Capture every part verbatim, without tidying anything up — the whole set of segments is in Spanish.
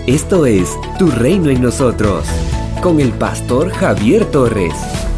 Esto es Tu Reino en Nosotros, con el pastor Javier Torres.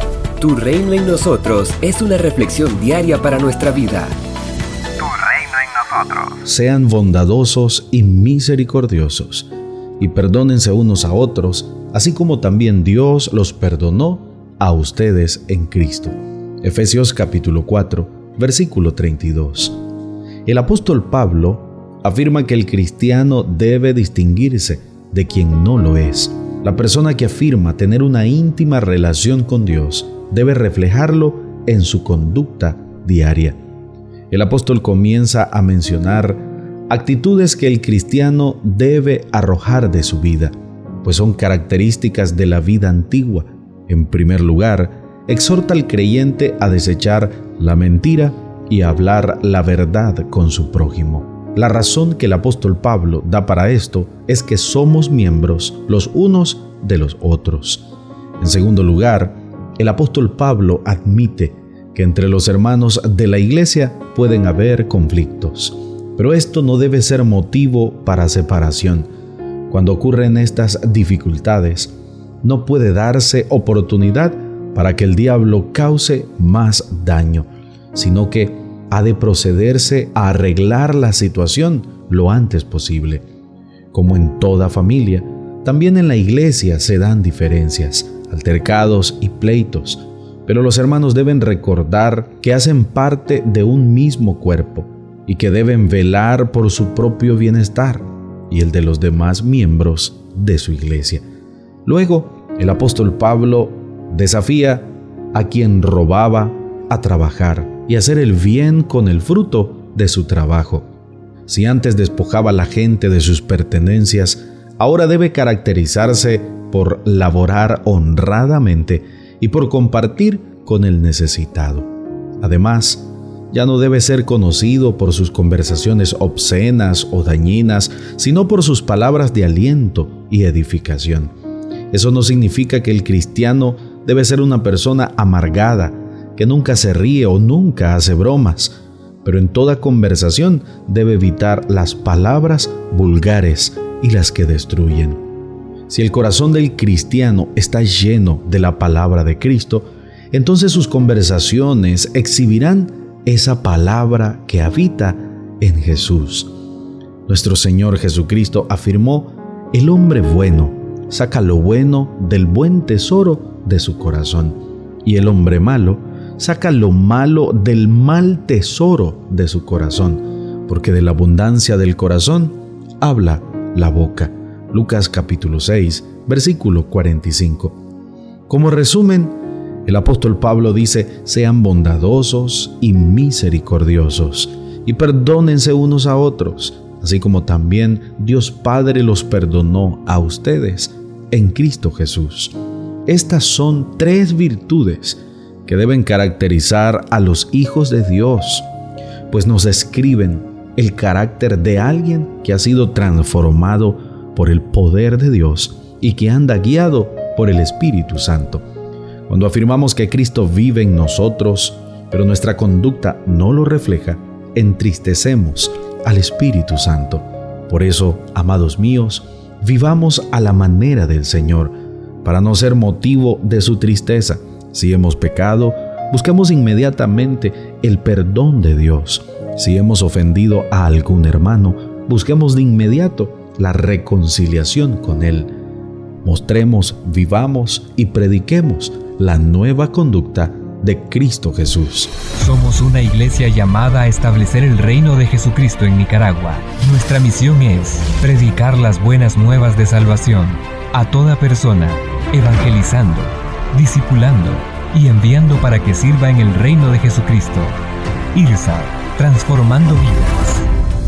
Tu Reino en Nosotros es una reflexión diaria para nuestra vida. Tu Reino en Nosotros. Sean bondadosos y misericordiosos, y perdónense unos a otros, así como también Dios los perdonó a ustedes en Cristo. Efesios capítulo cuatro, versículo treinta y dos. El apóstol Pablo afirma que el cristiano debe distinguirse de quien no lo es. La persona que afirma tener una íntima relación con Dios debe reflejarlo en su conducta diaria. El apóstol comienza a mencionar actitudes que el cristiano debe arrojar de su vida, pues son características de la vida antigua. En primer lugar, exhorta al creyente a desechar la mentira y a hablar la verdad con su prójimo. La razón que el apóstol Pablo da para esto es que somos miembros los unos de los otros. En segundo lugar, el apóstol Pablo admite que entre los hermanos de la iglesia pueden haber conflictos, pero esto no debe ser motivo para separación. Cuando ocurren estas dificultades, no puede darse oportunidad para que el diablo cause más daño, sino que ha de procederse a arreglar la situación lo antes posible. Como en toda familia, también en la iglesia se dan diferencias, altercados y pleitos, pero los hermanos deben recordar que hacen parte de un mismo cuerpo y que deben velar por su propio bienestar y el de los demás miembros de su iglesia. Luego, el apóstol Pablo desafía a quien robaba a trabajar y hacer el bien con el fruto de su trabajo. Si antes despojaba a la gente de sus pertenencias, ahora debe caracterizarse por laborar honradamente y por compartir con el necesitado. Además, ya no debe ser conocido por sus conversaciones obscenas o dañinas, sino por sus palabras de aliento y edificación. Eso no significa que el cristiano debe ser una persona amargada, que nunca se ríe o nunca hace bromas, pero en toda conversación debe evitar las palabras vulgares y las que destruyen. Si el corazón del cristiano está lleno de la palabra de Cristo, entonces sus conversaciones exhibirán esa palabra que habita en Jesús. Nuestro Señor Jesucristo afirmó: el hombre bueno saca lo bueno del buen tesoro de su corazón, y el hombre malo saca lo malo del mal tesoro de su corazón, porque de la abundancia del corazón habla la boca. Lucas capítulo seis, versículo cuarenta y cinco. Como resumen, el apóstol Pablo dice: sean bondadosos y misericordiosos, y perdónense unos a otros, así como también Dios Padre los perdonó a ustedes en Cristo Jesús. Estas son tres virtudes que deben caracterizar a los hijos de Dios, pues nos describen el carácter de alguien que ha sido transformado por el poder de Dios y que anda guiado por el Espíritu Santo. Cuando afirmamos que Cristo vive en nosotros, pero nuestra conducta no lo refleja, entristecemos al Espíritu Santo. Por eso, amados míos, vivamos a la manera del Señor, para no ser motivo de su tristeza. Si hemos pecado, buscamos inmediatamente el perdón de Dios. Si hemos ofendido a algún hermano, busquemos de inmediato la reconciliación con Él. Mostremos, vivamos y prediquemos la nueva conducta de Cristo Jesús. Somos una iglesia llamada a establecer el reino de Jesucristo en Nicaragua. Nuestra misión es predicar las buenas nuevas de salvación a toda persona, evangelizando, discipulando y enviando para que sirva en el reino de Jesucristo. IRSA, transformando vidas.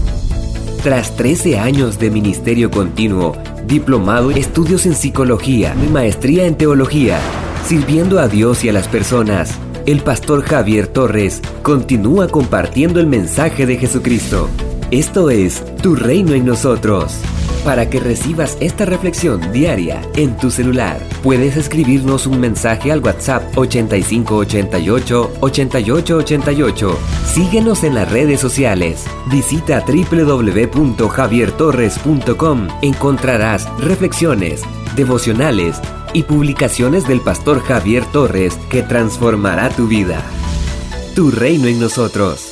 Tras trece años de ministerio continuo, diplomado, estudios en psicología y maestría en teología, sirviendo a Dios y a las personas, el pastor Javier Torres continúa compartiendo el mensaje de Jesucristo. Esto es Tu Reino en Nosotros. para que recibas esta reflexión diaria en tu celular. Puedes escribirnos un mensaje al WhatsApp ochenta y cinco ochenta y ocho ochenta y ocho ochenta y ocho. Síguenos en las redes sociales. Visita doble u doble u doble u punto javier torres punto com. Encontrarás reflexiones, devocionales y publicaciones del pastor Javier Torres que transformará tu vida. Tu reino en nosotros.